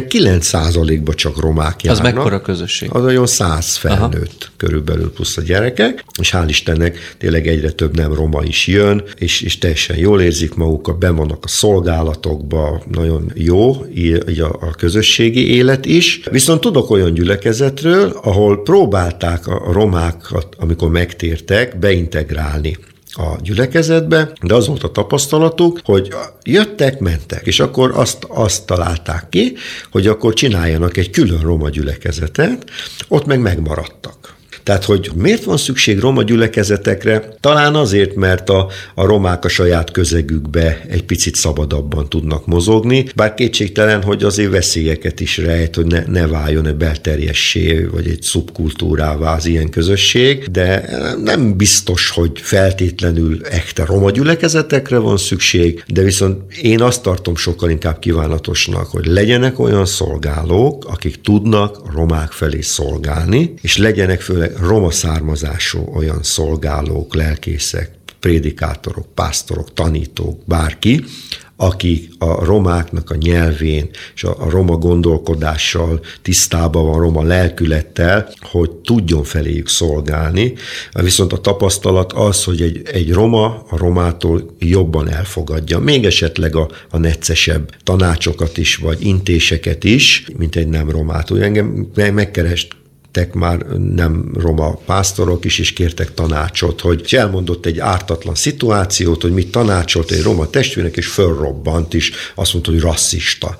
99%-ban csak romák járnak. Az mekkora közösség? Az olyan 100 felnőtt körülbelül plusz a gyerekek, és hál' Istennek tényleg egyre több nem roma is jön, és teljesen jól érzik magukat, benn vannak a szolgálatokba, nagyon jó így a közösségi élet is. Viszont tudok olyan gyülekezetről, ahol próbálták a romákat, amikor megtértek, beintegrálni a gyülekezetbe, de az volt a tapasztalatuk, hogy jöttek, mentek, és akkor azt találták ki, hogy akkor csináljanak egy külön roma gyülekezetet, ott meg megmaradtak. Tehát, hogy miért van szükség roma gyülekezetekre? Talán azért, mert a romák a saját közegükbe egy picit szabadabban tudnak mozogni, bár kétségtelen, hogy azért veszélyeket is rejt, hogy ne váljon egy belterjessé, vagy egy szubkultúrává az ilyen közösség, de nem biztos, hogy feltétlenül echte roma gyülekezetekre van szükség, de viszont én azt tartom sokkal inkább kívánatosnak, hogy legyenek olyan szolgálók, akik tudnak romák felé szolgálni, és legyenek főleg roma származású olyan szolgálók, lelkészek, prédikátorok, pásztorok, tanítók, bárki, aki a romáknak a nyelvén és a roma gondolkodással tisztában van, roma lelkülettel, hogy tudjon feléjük szolgálni. Viszont a tapasztalat az, hogy egy roma a romától jobban elfogadja, még esetleg a neccesebb tanácsokat is, vagy intéseket is, mint egy nem romát. Úgy engem megkerest már nem roma pásztorok is, és kértek tanácsot, és elmondott egy ártatlan szituációt, hogy mit tanácsolt egy roma testvérnek, és fölrobbant is, azt mondta, hogy rasszista.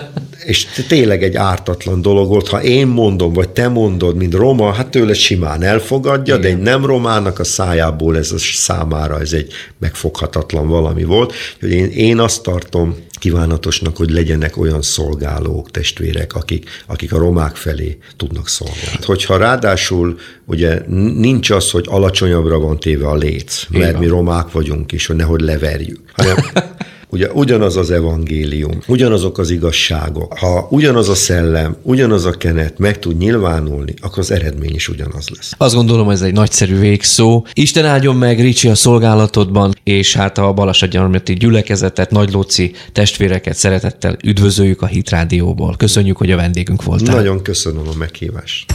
És tényleg egy ártatlan dolog volt, ha én mondom, vagy te mondod, mint roma, hát tőle simán elfogadja, igen. De egy nem romának a szájából számára ez egy megfoghatatlan valami volt. Én azt tartom kívánatosnak, hogy legyenek olyan szolgálók, testvérek, akik a romák felé tudnak szolgálni. Hogyha ráadásul ugye nincs az, hogy alacsonyabbra van téve a léc, mert mi romák vagyunk is, hogy nehogy leverjük, hanem ugye ugyanaz az evangélium, ugyanazok az igazságok, ha ugyanaz a szellem, ugyanaz a kenet meg tud nyilvánulni, akkor az eredmény is ugyanaz lesz. Azt gondolom, ez egy nagyszerű végszó. Isten áldjon meg, Ricsi, a szolgálatodban, és hát a Balassagyarmati gyülekezetet, nagylóci testvéreket szeretettel üdvözöljük a Hit Rádióból. Köszönjük, hogy a vendégünk voltál. Nagyon köszönöm a meghívást.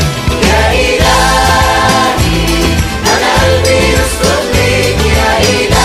إلهي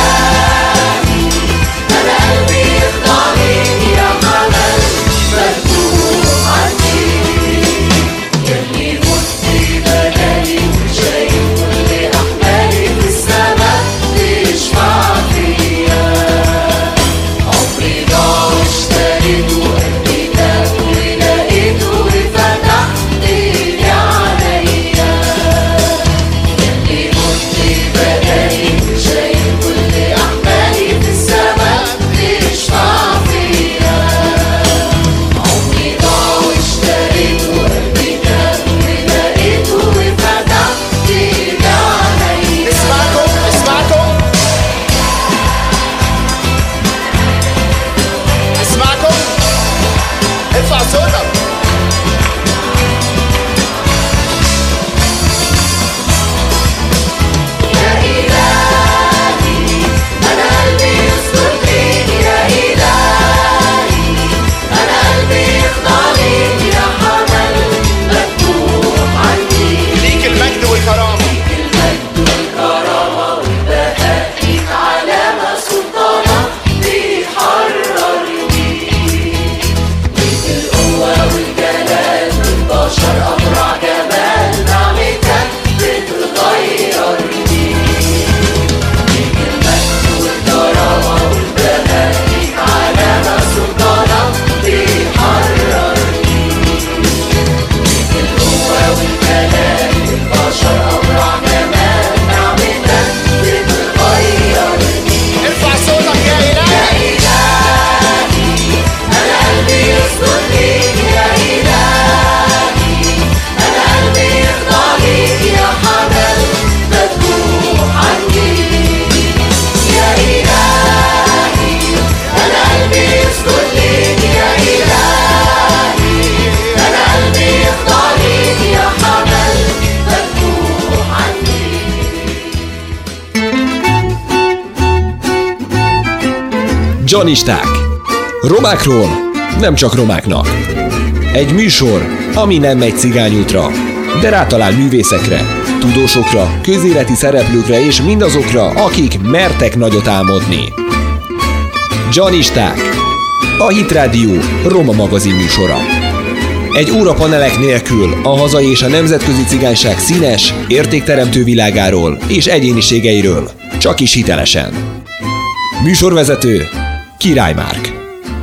Dzsanisták. Romákról, nem csak romáknak. Egy műsor, ami nem megy cigányútra, de rátalál művészekre, tudósokra, közéleti szereplőkre és mindazokra, akik mertek nagyot álmodni. Dzsanisták. A Hit Rádió roma magazin műsora. Egy óra panelek nélkül a hazai és a nemzetközi cigányság színes, értékteremtő világáról és egyéniségeiről, csak is hitelesen. Műsorvezető Király Márk.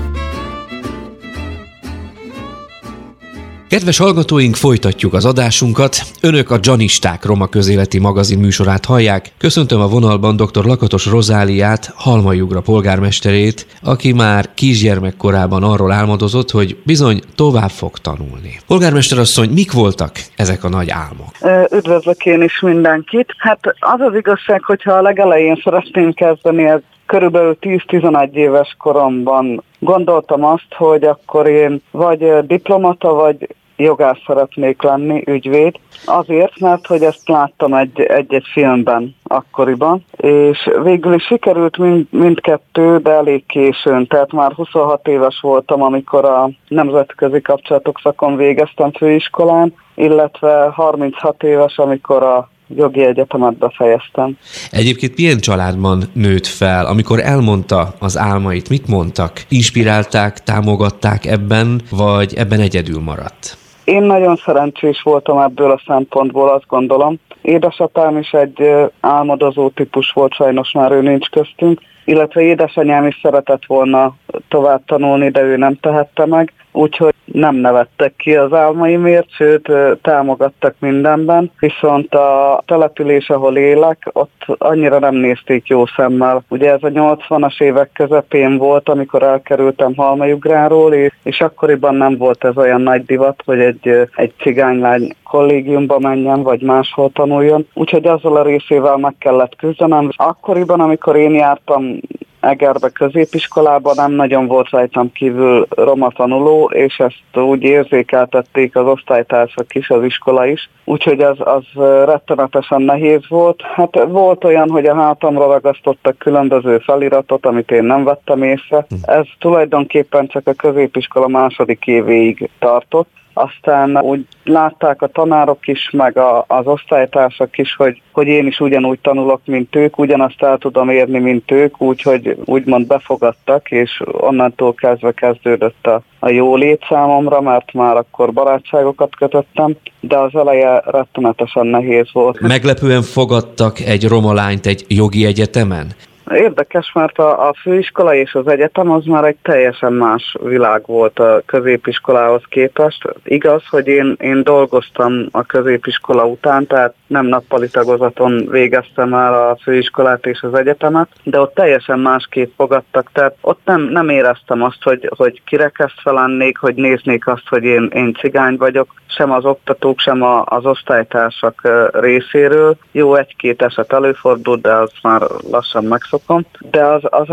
Kedves hallgatóink, folytatjuk az adásunkat. Önök a Dzsanisták roma közéleti magazin műsorát hallják. Köszöntöm a vonalban dr. Lakatos Rozáliát, Halmai-Ugra polgármesterét, aki már kisgyermekkorában arról álmodozott, hogy bizony tovább fog tanulni. Polgármester asszony, mik voltak ezek a nagy álmok? Üdvözlök én is mindenkit. Hát az az igazság, hogyha a legelején szeretném kezdeni, ez körülbelül 10-11 éves koromban gondoltam azt, hogy akkor én vagy diplomata, vagy jogász szeretnék lenni, ügyvéd. Azért, mert hogy ezt láttam egy filmben akkoriban, és végül is sikerült mindkettő, de elég későn. Tehát már 26 éves voltam, amikor a nemzetközi kapcsolatok szakon végeztem főiskolán, illetve 36 éves, amikor a jogi egyetemet befejeztem. Egyébként milyen családban nőtt fel? Amikor elmondta az álmait, mit mondtak? Inspirálták, támogatták ebben, vagy ebben egyedül maradt? Én nagyon szerencsés voltam ebből a szempontból, azt gondolom. Édesapám is egy álmodozó típus volt, sajnos már ő nincs köztünk, illetve édesanyám is szeretett volna tovább tanulni, de ő nem tehette meg, úgyhogy nem nevettek ki az álmaimért, sőt támogattak mindenben, viszont a település, ahol élek, ott annyira nem nézték jó szemmel. Ugye ez a 80-as évek közepén volt, amikor elkerültem Halmai-Ugráról, és akkoriban nem volt ez olyan nagy divat, hogy egy cigánylány kollégiumba menjen, vagy máshol tanuljon. Úgyhogy azzal a részével meg kellett küzdenem. Akkoriban, amikor én jártam Egerbe középiskolában, nem nagyon volt rajtam kívül roma tanuló, és ezt úgy érzékeltették az osztálytársak is, az iskola is. Úgyhogy az rettenetesen nehéz volt. Hát volt olyan, hogy a hátamra ragasztottak különböző feliratot, amit én nem vettem észre. Ez tulajdonképpen csak a középiskola második évéig tartott. Aztán úgy látták a tanárok is, meg az osztálytársak is, hogy én is ugyanúgy tanulok, mint ők, ugyanazt el tudom érni, mint ők, úgyhogy úgymond befogadtak, és onnantól kezdve kezdődött a jólét számomra, mert már akkor barátságokat kötöttem, de az eleje rettenetesen nehéz volt. Meglepően fogadtak egy roma lányt egy jogi egyetemen? Érdekes, mert a főiskola és az egyetem az már egy teljesen más világ volt a középiskolához képest. Igaz, hogy én dolgoztam a középiskola után, tehát nem nappali tagozaton végeztem el a főiskolát és az egyetemet, de ott teljesen másképp fogadtak, tehát ott nem éreztem azt, hogy kirekesztve lennék, hogy néznék azt, hogy én cigány vagyok, sem az oktatók, sem az osztálytársak részéről. Jó, egy-két eset előfordult, de az már lassan megszokom. De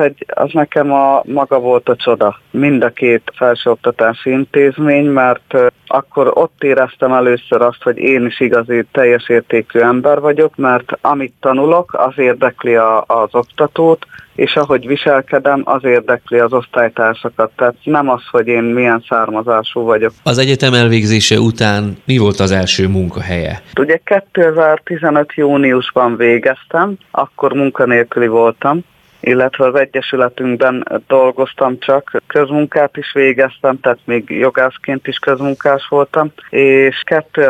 az nekem maga volt a csoda. Mind a két felsőoktatási intézmény, mert akkor ott éreztem először azt, hogy én is igazi teljes értékű ember vagyok, mert amit tanulok, az érdekli az oktatót, és ahogy viselkedem, az érdekli az osztálytársakat. Tehát nem az, hogy én milyen származású vagyok. Az egyetem elvégzése után mi volt az első munkahelye? Ugye 2015. júniusban végeztem, akkor munkanélküli voltam, illetve az egyesületünkben dolgoztam csak, közmunkát is végeztem, tehát még jogászként is közmunkás voltam, és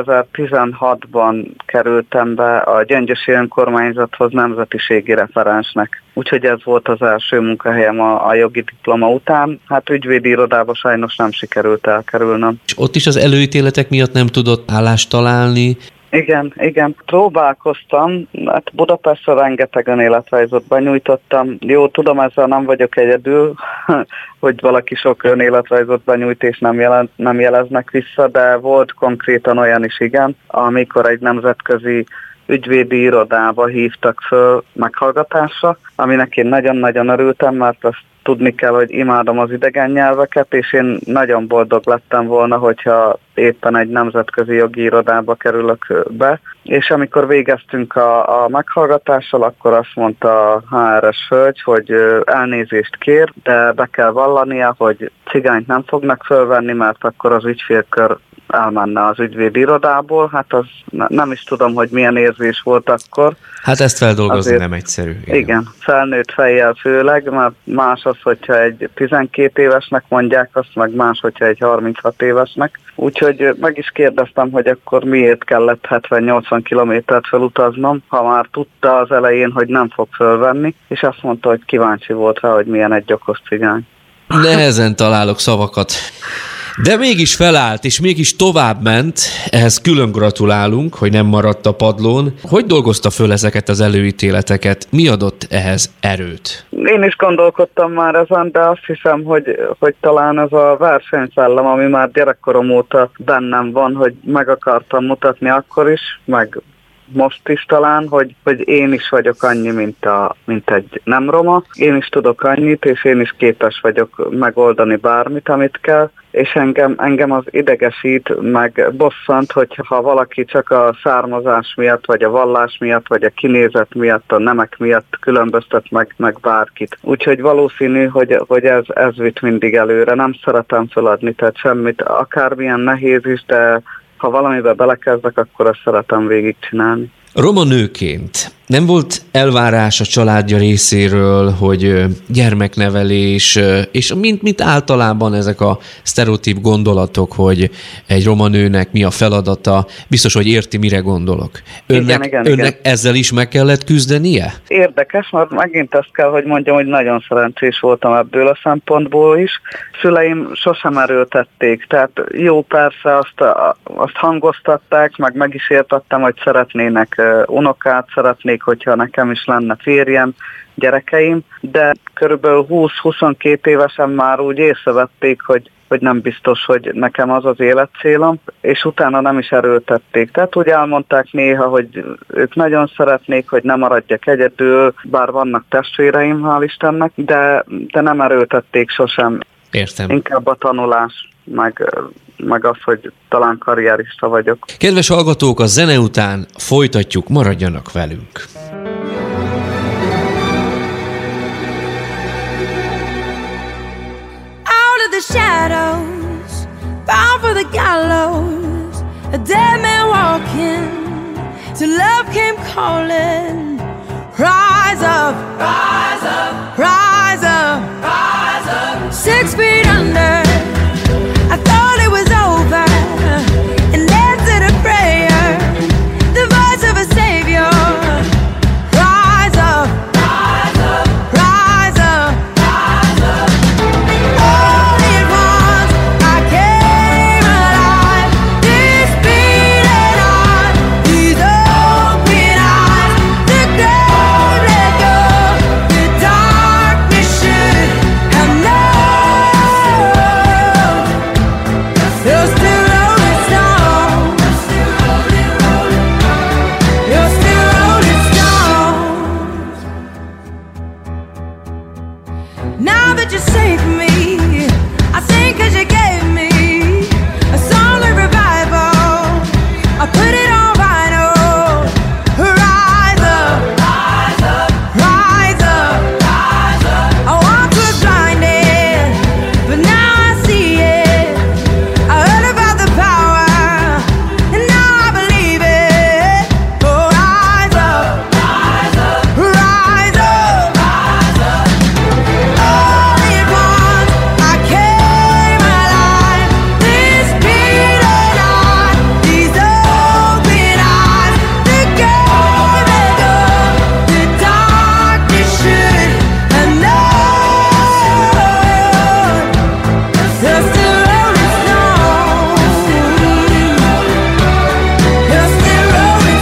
2016-ban kerültem be a Gyöngyösi önkormányzathoz nemzetiségi referensnek. Úgyhogy ez volt az első munkahelyem a jogi diploma után. Hát ügyvédi irodába sajnos nem sikerült elkerülnöm. És ott is az előítéletek miatt nem tudott állást találni? Igen. Próbálkoztam, hát Budapestre rengeteg önéletrajzot benyújtottam. Jó, tudom, ezzel nem vagyok egyedül, hogy valaki sok önéletrajzot benyújt és nem jeleznek vissza, de volt konkrétan olyan is, igen, amikor egy nemzetközi ügyvédi irodába hívtak föl meghallgatásra, aminek én nagyon-nagyon örültem, mert azt tudni kell, hogy imádom az idegen nyelveket, és én nagyon boldog lettem volna, hogyha éppen egy nemzetközi jogi irodába kerülök be, és amikor végeztünk a meghallgatással, akkor azt mondta a HRS hölgy, hogy elnézést kér, de be kell vallania, hogy cigányt nem fognak fölvenni, mert akkor az ügyfélkör elmenne az ügyvédi irodából, hát az nem is tudom, hogy milyen érzés volt akkor. Hát ezt feldolgozni azért nem egyszerű. Igen, felnőtt fejjel főleg, mert más az, hogyha egy 12 évesnek mondják azt, meg más, hogyha egy 36 évesnek. Úgyhogy meg is kérdeztem, hogy akkor miért kellett 70-80 kilométert felutaznom, ha már tudta az elején, hogy nem fog fölvenni, és azt mondta, hogy kíváncsi volt rá, hogy milyen egy okos cigány. Nehezen találok szavakat. De mégis felállt, és mégis továbbment, ehhez külön gratulálunk, hogy nem maradt a padlón. Hogy dolgozta föl ezeket az előítéleteket? Mi adott ehhez erőt? Én is gondolkodtam már ezen, de azt hiszem, hogy talán ez a versenyszellem, ami már gyerekkorom óta bennem van, hogy meg akartam mutatni akkor is, meg most is talán, hogy én is vagyok annyi, mint egy nem roma. Én is tudok annyit, és én is képes vagyok megoldani bármit, amit kell, és engem az idegesít, meg bosszant, hogyha valaki csak a származás miatt, vagy a vallás miatt, vagy a kinézet miatt, a nemek miatt különböztet meg bárkit. Úgyhogy valószínű, hogy ez vitt mindig előre. Nem szeretem feladni, tehát semmit, akármilyen nehéz is, de ha valamiben belekezdek, akkor azt szeretem végigcsinálni. Roma nőként nem volt elvárás a családja részéről, hogy gyermeknevelés, és mint általában ezek a sztereotíp gondolatok, hogy egy roma nőnek mi a feladata, biztos, hogy érti, mire gondolok. Önnek ezzel is meg kellett küzdenie? Érdekes, mert megint ezt kell, hogy mondjam, hogy nagyon szerencsés voltam ebből a szempontból is. Szüleim sosem erőltették, tehát jó, persze azt hangoztatták, meg is értettem, hogy szeretnének unokát, szeretnék, hogyha nekem is lenne férjem, gyerekeim, de körülbelül 20-22 évesen már úgy észrevették, hogy nem biztos, hogy nekem az az életcélom, és utána nem is erőltették. Tehát úgy elmondták néha, hogy ők nagyon szeretnék, hogy ne maradjak egyedül, bár vannak testvéreim, hál' Istennek, de nem erőltették sosem. Értem. Inkább a tanulás, meg az, hogy talán karrierista vagyok. Kedves hallgatók, a zene után folytatjuk, maradjanak velünk. Out of the shadows, bound for the gallows, a dead man walking, till love came calling. Rise up, rise up, rise up, rise up. 6 feet under, I thought it was over, and answered a prayer, the voice of a savior. Rise up, rise up, rise up, rise up. All at once I came alive, this beating heart, these open eyes, the grave let go, the darkness should have known. You're still rolling stone. You're still rolling stone. Now that you saved me, I sing 'cause you gave me a song of revival. I put it on vinyl. Rise up, rise up, rise up, rise up. I once was blinded, but now I see it. I heard about the power, and now I believe it. Oh, rise up, rise up, rise up, rise up. All at once I came alive, this beating heart, these open eyes, the grave let go, the darkness should have known. You're still rolling stone. You're still rolling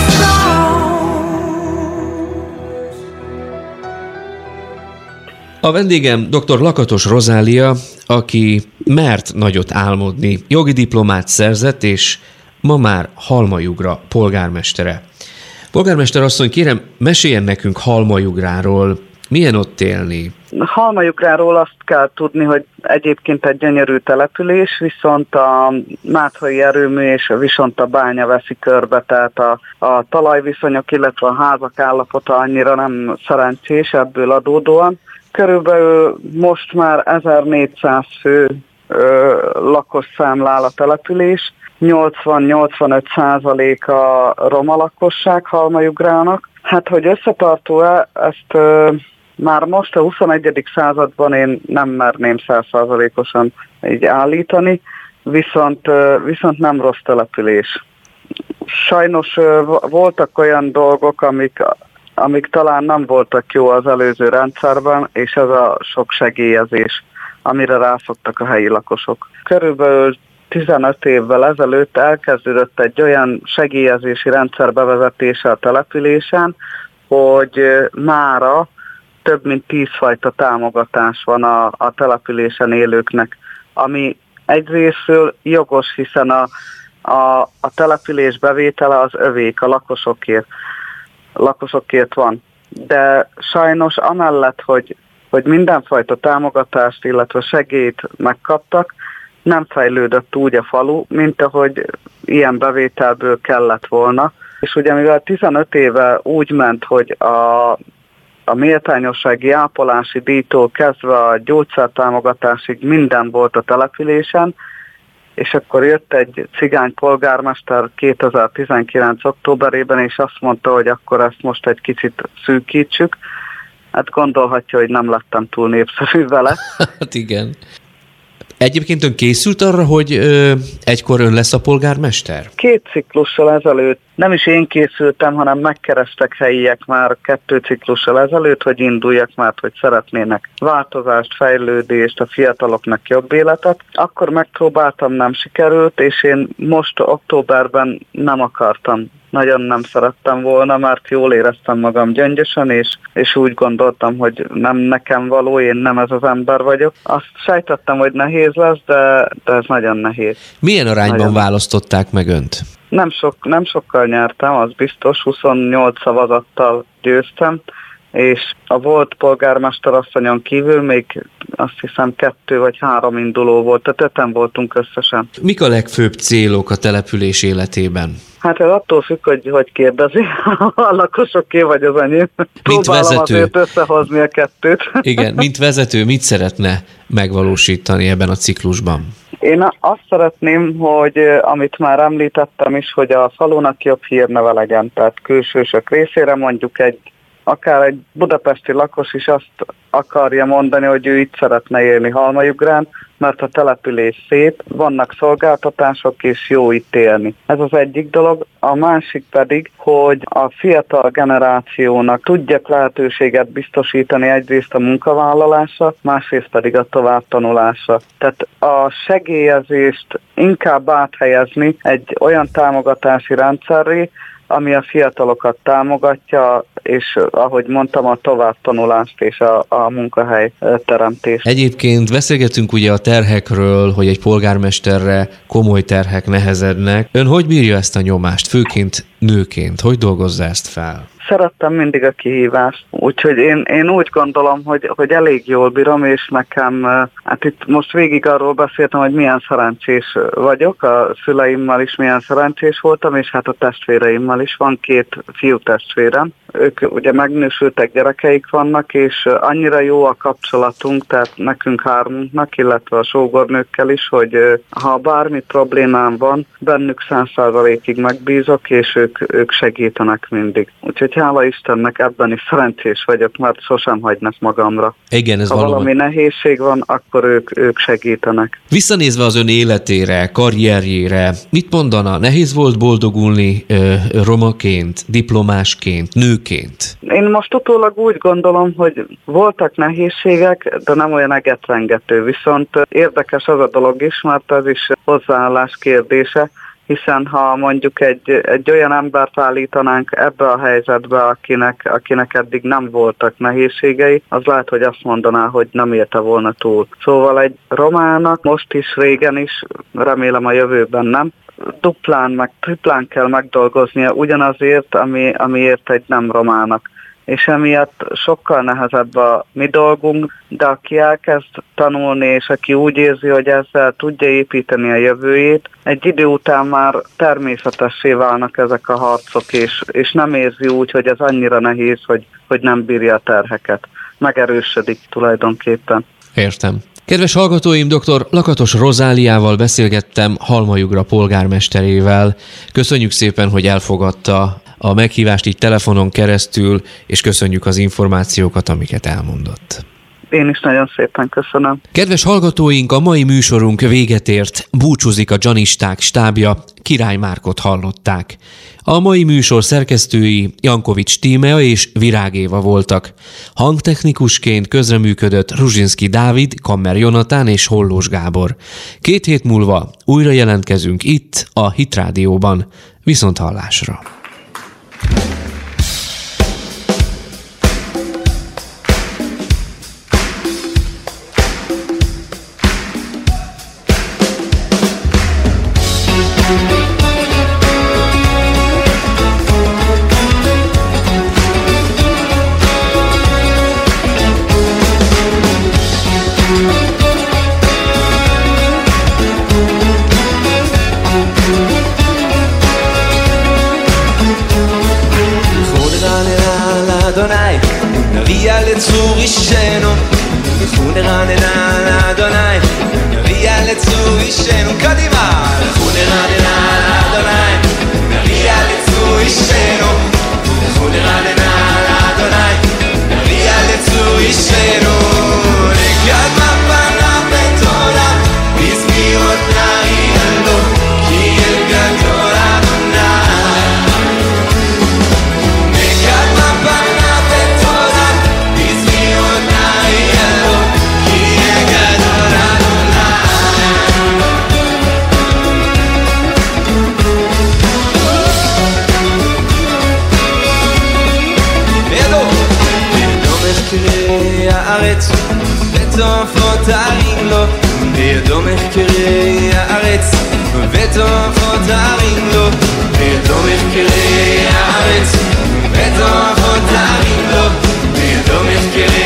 stone. A vendégem dr. Lakatos Rozália, aki mert nagyot álmodni, jogi diplomát szerzett, és ma már Halmajugra polgármestere. Polgármester asszony, kérem, meséljen nekünk Halmajugráról, milyen ott élni? Halmajukráról azt kell tudni, hogy egyébként egy gyönyörű település, viszont a náthai erőmű és viszont a bánya veszi körbe, tehát a talajviszonyok, illetve a házak állapota annyira nem szerencsés ebből adódóan. Körülbelül most már 1400 fő lakos számlál a település, 80-85% a roma lakosság Halmajugrának. Hát, hogy összetartó-e, ezt már most a 21. században én nem merném 100%-osan így állítani, viszont nem rossz település. Sajnos voltak olyan dolgok, amik talán nem voltak jó az előző rendszerben, és ez a sok segélyezés, amire rászoktak a helyi lakosok. Körülbelül 15 évvel ezelőtt elkezdődött egy olyan segélyezési rendszer bevezetése a településen, hogy mára több mint 10 fajta támogatás van a településen élőknek, ami egyrésztről jogos, hiszen a település bevétele az övék, a lakosokért van. De sajnos amellett, hogy mindenfajta támogatást, illetve segélyt megkaptak, nem fejlődött úgy a falu, mint ahogy ilyen bevételből kellett volna. És ugye mivel 15 éve úgy ment, hogy a méltányossági ápolási díjtól kezdve a gyógyszertámogatásig minden volt a településen, és akkor jött egy cigány polgármester 2019. októberében, és azt mondta, hogy akkor ezt most egy kicsit szűkítsük. Hát gondolhatja, hogy nem lettem túl népszerű vele. Hát igen. Egyébként ön készült arra, hogy egykor ön lesz a polgármester? 2 ciklussal ezelőtt, nem is én készültem, hanem megkerestek helyiek már 2 ciklussal ezelőtt, hogy induljak, mert hogy szeretnének változást, fejlődést, a fiataloknak jobb életet. Akkor megpróbáltam, nem sikerült, és én most októberben nem akartam. Nagyon nem szerettem volna, mert jól éreztem magam gyöngyösen, és úgy gondoltam, hogy nem nekem való, én nem ez az ember vagyok. Azt sejtettem, hogy nehéz lesz, de ez nagyon nehéz. Milyen arányban választották meg önt? Nem sokkal nyertem, az biztos, 28 szavazattal győztem, és a volt polgármester asszonyon kívül még azt hiszem 2 vagy 3 induló volt, tehát 5-en voltunk összesen. Mik a legfőbb célok a település életében? Hát ez attól függ, hogy kérdezi, a lakosoké vagy az enyém. Próbálom azért összehozni a 2-t. Igen, mint vezető, mit szeretne megvalósítani ebben a ciklusban? Én azt szeretném, hogy amit már említettem is, hogy a falunak jobb hírneve legyen, tehát külsősök részére mondjuk akár egy budapesti lakos is azt akarja mondani, hogy ő itt szeretne élni Halmajugrán, mert a település szép, vannak szolgáltatások és jó itt élni. Ez az egyik dolog. A másik pedig, hogy a fiatal generációnak tudjak lehetőséget biztosítani egyrészt a munkavállalásra, másrészt pedig a továbbtanulásra. Tehát a segélyezést inkább áthelyezni egy olyan támogatási rendszerré, ami a fiatalokat támogatja, és ahogy mondtam, a továbbtanulást és a munkahely teremtést. Egyébként beszélgetünk ugye a terhekről, hogy egy polgármesterre komoly terhek nehezednek. Ön hogy bírja ezt a nyomást, főként nőként? Hogy dolgozza ezt fel? Szerettem mindig a kihívást, úgyhogy én úgy gondolom, hogy elég jól bírom, és nekem, hát itt most végig arról beszéltem, hogy milyen szerencsés vagyok, a szüleimmel is milyen szerencsés voltam, és hát a testvéreimmel is, van 2 fiú testvérem. Ők ugye megnősültek, gyerekeik vannak, és annyira jó a kapcsolatunk, tehát nekünk 3-unknak, illetve a sógornőkkel is, hogy ha bármi problémám van, bennük 100%-ig megbízok, és ők segítenek mindig. Úgyhogy hála Istennek ebben is szerencsés vagyok, mert sosem hagynak magamra. Igen, ez ha valami nehézség van, akkor ők segítenek. Visszanézve az ön életére, karrierjére, mit mondana? Nehéz volt boldogulni romaként, diplomásként, nőként? Én most utólag úgy gondolom, hogy voltak nehézségek, de nem olyan egetrengető. Viszont érdekes az a dolog is, mert ez is hozzáállás kérdése, hiszen ha mondjuk egy olyan embert állítanánk ebbe a helyzetbe, akinek eddig nem voltak nehézségei, az lehet, hogy azt mondaná, hogy nem élte volna túl. Szóval egy romának most is, régen is, remélem a jövőben nem, duplán meg triplán kell megdolgoznia ugyanazért, amiért egy nem romának. és emiatt sokkal nehezebb a mi dolgunk, de aki elkezd tanulni, és aki úgy érzi, hogy ezzel tudja építeni a jövőjét, egy idő után már természetessé válnak ezek a harcok, és nem érzi úgy, hogy ez annyira nehéz, hogy nem bírja a terheket. Megerősödik tulajdonképpen. Értem. Kedves hallgatóim, dr. Lakatos Rozáliával beszélgettem, Halmajugra polgármesterével. Köszönjük szépen, hogy elfogadta a meghívást így telefonon keresztül, és köszönjük az információkat, amiket elmondott. Én is nagyon szépen köszönöm. Kedves hallgatóink, a mai műsorunk véget ért, búcsúzik a Gyanisták stábja, Király Márkot hallották. A mai műsor szerkesztői Jankovics Tímea és Virág Éva voltak. Hangtechnikusként közreműködött Ruzsinszky Dávid, Kammer Jonatán és Hollós Gábor. 2 hét múlva újra jelentkezünk itt, a Hit Rádióban. Viszonthallásra! לצור אישנו, לכו נרננה לאדוני, נביאה לצור אישנו, קדימה! לכו נרננה לאדוני, נביאה לצור אישנו, לכו נרננה לאדוני, נביאה לצור אישנו, לקדמה פניו בתורה, בזמירות נריע לו, כי אל גדול אדוני. לקדמה פניו בתורה, בזמירות נריע לו, כי אל גדול אדוני. בידו, בידו מחקרי הארץ, וטופות הרים לו, בידו מחקרי הארץ, וטופות הרים לו, בידו מחקרי הארץ, וטופות הרים לו, בידו מחקרי